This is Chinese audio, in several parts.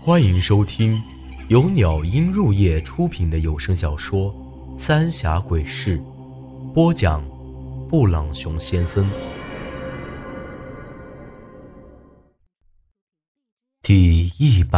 欢迎收听由鸟音入夜出品的有声小说《三峡鬼事》，播讲布朗熊先生。第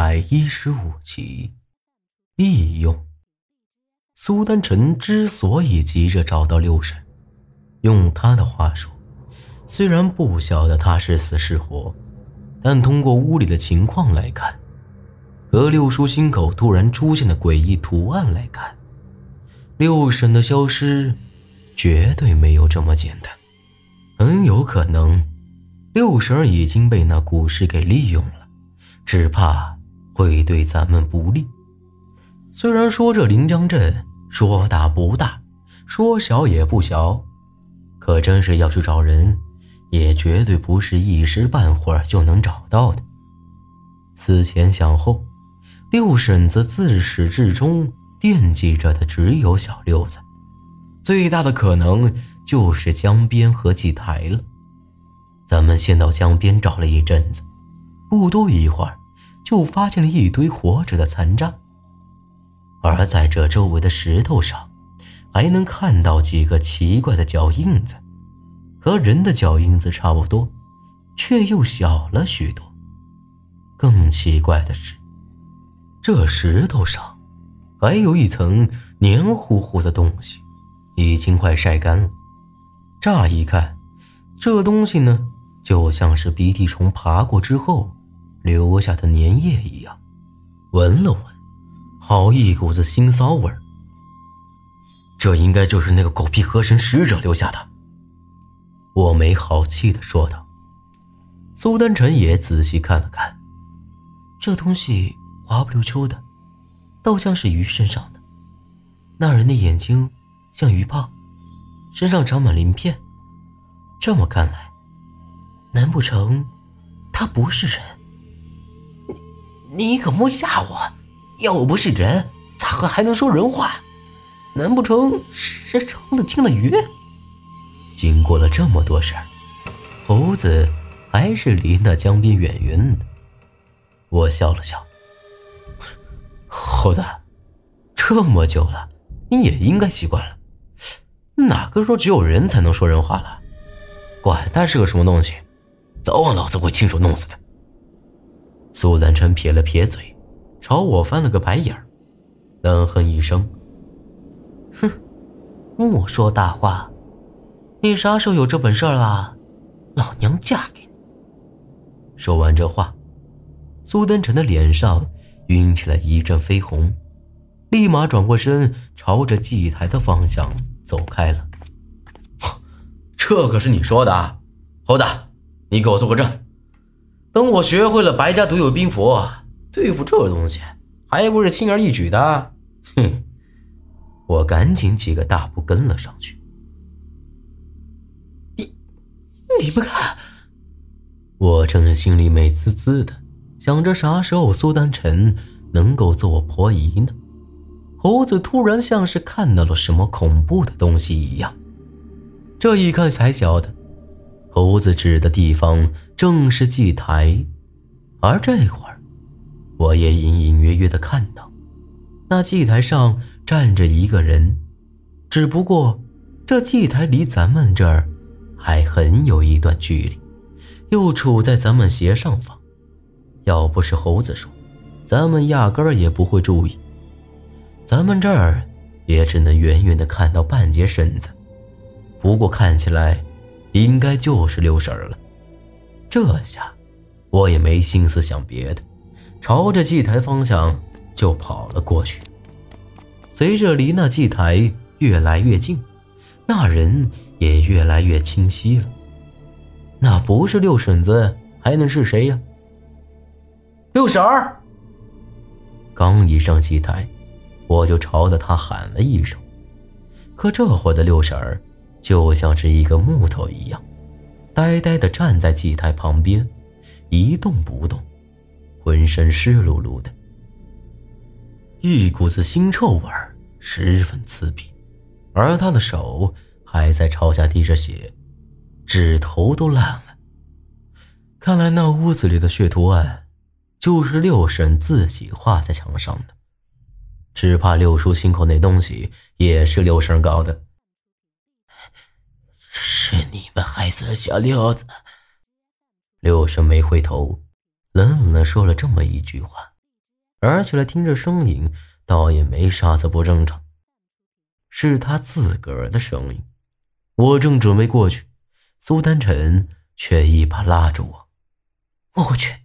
115集，利用。苏丹臣之所以急着找到六婶，用他的话说，虽然不晓得他是死是活，但通过屋里的情况来看，和六叔心口突然出现的诡异图案来看，六婶的消失绝对没有这么简单，很有可能六婶已经被那古尸给利用了，只怕会对咱们不利。虽然说这临江镇说大不大，说小也不小，可真是要去找人，也绝对不是一时半会儿就能找到的。思前想后，六婶子自始至终惦记着的只有小六子，最大的可能就是江边和祭台了。咱们先到江边找了一阵子，不多一会儿就发现了一堆活着的残渣，而在这周围的石头上还能看到几个奇怪的脚印子，和人的脚印子差不多，却又小了许多。更奇怪的是，这石头上还有一层黏糊糊的东西，已经快晒干了。乍一看，这东西呢，就像是鼻涕虫爬过之后留下的粘液一样。闻了闻，好一股子腥臊味儿。这应该就是那个狗屁河神使者留下的，我没好气地说道。苏丹臣也仔细看了看，这东西滑不溜秋的，倒像是鱼身上的。那人的眼睛像鱼泡，身上长满鳞片。这么看来，难不成他不是人？你可莫吓我！要不是人，咋个还能说人话？难不成是成了精了鱼？经过了这么多事儿，猴子还是离那江边远远的。我笑了笑，猴子，这么久了，你也应该习惯了。哪个说只有人才能说人话了？管他是个什么东西，早晚老子会亲手弄死的。苏丹臣撇了撇嘴，朝我翻了个白眼儿，冷哼一声，哼，莫说大话，你啥时候有这本事了？老娘嫁给你。说完这话，苏丹臣的脸上晕起了一阵绯红，立马转过身朝着祭台的方向走开了。这可是你说的啊，猴子，你给我做个证，等我学会了白家独有兵符，对付这东西还不是轻而易举的。哼！我赶紧几个大步跟了上去。你们看，我正是心里美滋滋的，想着啥时候苏丹臣能够做我婆姨呢？猴子突然像是看到了什么恐怖的东西一样，这一看才晓得，猴子指的地方正是祭台。而这会儿，我也隐隐约约地看到，那祭台上站着一个人，只不过这祭台离咱们这儿还很有一段距离，又处在咱们斜上方。要不是猴子说，咱们压根儿也不会注意，咱们这儿也只能远远地看到半截身子。不过看起来应该就是六婶了。这下我也没心思想别的，朝着祭台方向就跑了过去。随着离那祭台越来越近，那人也越来越清晰了。那不是六婶子还能是谁呀？六婶儿！刚一上祭台，我就朝着他喊了一声。可这会儿的六婶儿就像是一个木头一样，呆呆地站在祭台旁边，一动不动，浑身湿漉漉的，一股子腥臭味儿十分刺鼻，而他的手还在朝下滴着血，指头都烂了。看来那屋子里的血图案就是六婶自己画在墙上的，只怕六叔心口那东西也是六婶搞的。 是你们害死了小六子。 六婶没回头，冷冷地说了这么一句话，而且听着声音倒也没啥子不正常，是他自个儿的声音。我正准备过去，苏丹晨却一把拉住我： 莫过去，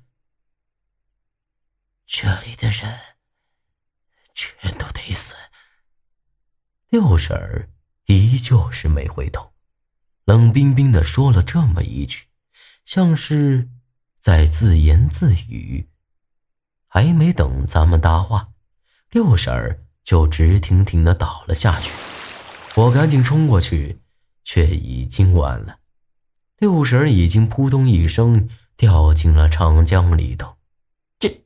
这里的人全都得死。 六婶儿依旧是没回头，冷冰冰地说了这么一句，像是在自言自语。还没等咱们搭话，六婶儿就直挺挺地倒了下去。我赶紧冲过去，却已经晚了。六婶儿已经扑通一声掉进了长江里头。 这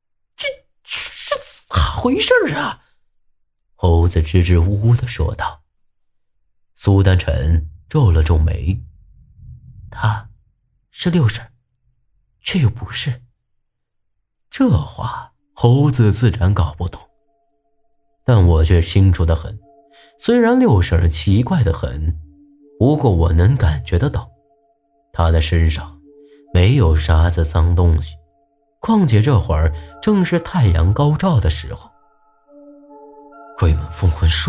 咋回事啊？ 猴子支支吾吾地说道。苏丹晨皱了皱眉， 他是六婶，却又不是。 这话猴子自然搞不懂，但我却清楚得很。虽然六婶奇怪得很，不过我能感觉得到，她的身上没有啥子脏东西，况且这会儿正是太阳高照的时候。 鬼门封魂术。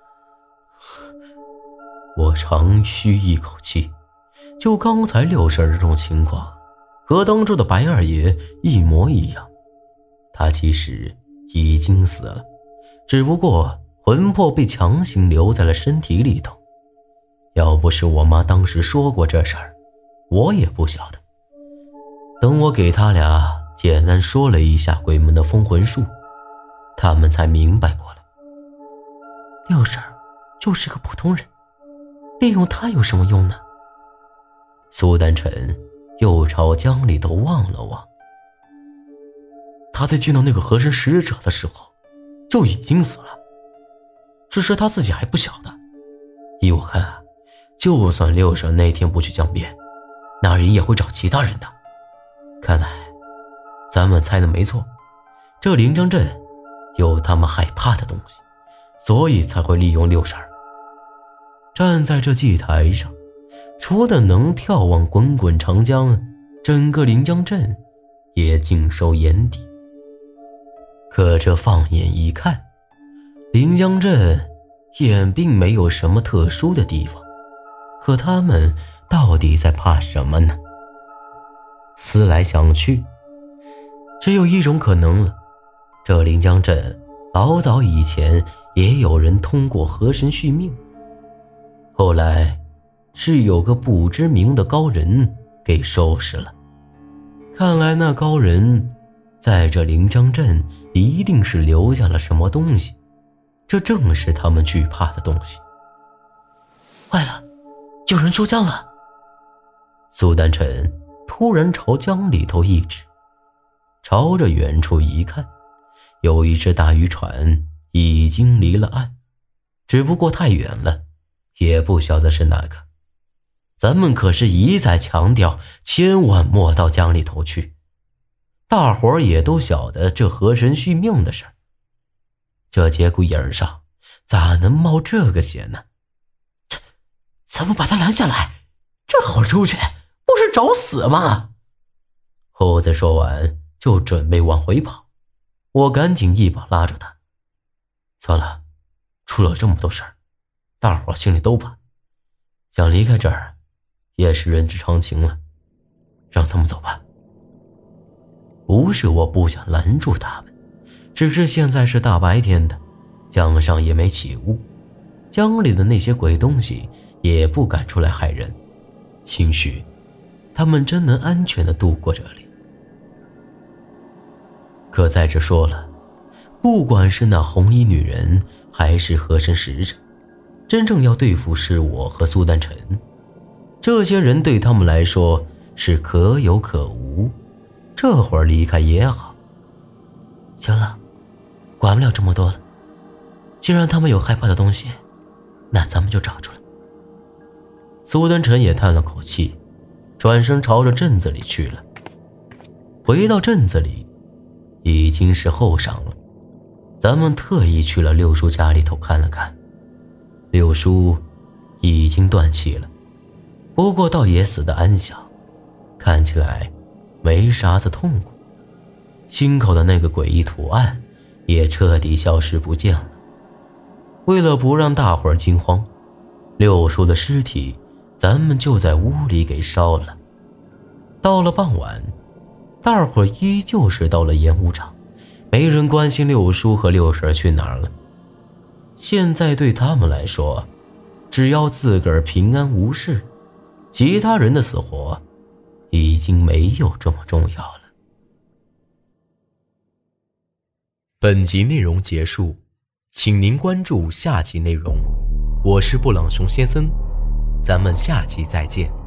我长吁一口气，就刚才六婶这种情况，和当初的白二爷一模一样。他其实已经死了，只不过魂魄被强行留在了身体里头。要不是我妈当时说过这事儿，我也不晓得。等我给他俩简单说了一下鬼门的封魂术，他们才明白过来。 六婶就是个普通人，利用他有什么用呢？ 苏丹晨又朝江里头望了望。他在见到那个河神使者的时候就已经死了，只是他自己还不晓得。依我看啊，就算六婶那天不去江边，那人也会找其他人的。看来咱们猜的没错，这临江镇有他们害怕的东西，所以才会利用六婶。站在这祭台上，除了能眺望滚滚长江，整个临江镇也尽收眼底。可这放眼一看，临江镇也并没有什么特殊的地方，可他们到底在怕什么呢？思来想去，只有一种可能了，这临江镇老早以前也有人通过河神续命，后来是有个不知名的高人给收拾了。看来那高人在这临江镇一定是留下了什么东西，这正是他们惧怕的东西。 坏了，有人出江了！ 苏丹晨突然朝江里头一指，朝着远处一看，有一只大渔船已经离了岸，只不过太远了，也不晓得是哪个。咱们可是一再强调，千万莫到江里头去。大伙儿也都晓得这河神续命的事儿，这节骨眼上咋能冒这个险呢？ 咱们把他拦下来，正好出去，不是找死吗？ 猴子说完就准备往回跑，我赶紧一把拉住他。算了，出了这么多事儿，大伙儿心里都怕，想离开这儿也是人之常情了，让他们走吧。不是我不想拦住他们，只是现在是大白天的，江上也没起雾，江里的那些鬼东西也不敢出来害人，兴许他们真能安全地度过这里。可在这说了，不管是那红衣女人还是河神使者，真正要对付是我和苏丹晨。这些人对他们来说是可有可无，这会儿离开也好。 行了，管不了这么多了，既然他们有害怕的东西，那咱们就找出来。 苏丹晨也叹了口气，转身朝着镇子里去了。回到镇子里， 已经是后晌了。咱们特意去了六叔家里头看了看，六叔已经断气了，不过倒也死得安详，看起来没啥子痛苦，心口的那个诡异图案也彻底消失不见了。为了不让大伙儿惊慌，六叔的尸体咱们就在屋里给烧了。到了傍晚，大伙儿依旧是到了演武场，没人关心六叔和六婶去哪儿了。现在对他们来说，只要自个儿平安无事，其他人的死活已经没有这么重要了。本集内容结束，请您关注下集内容。我是布朗熊先生，咱们下集再见。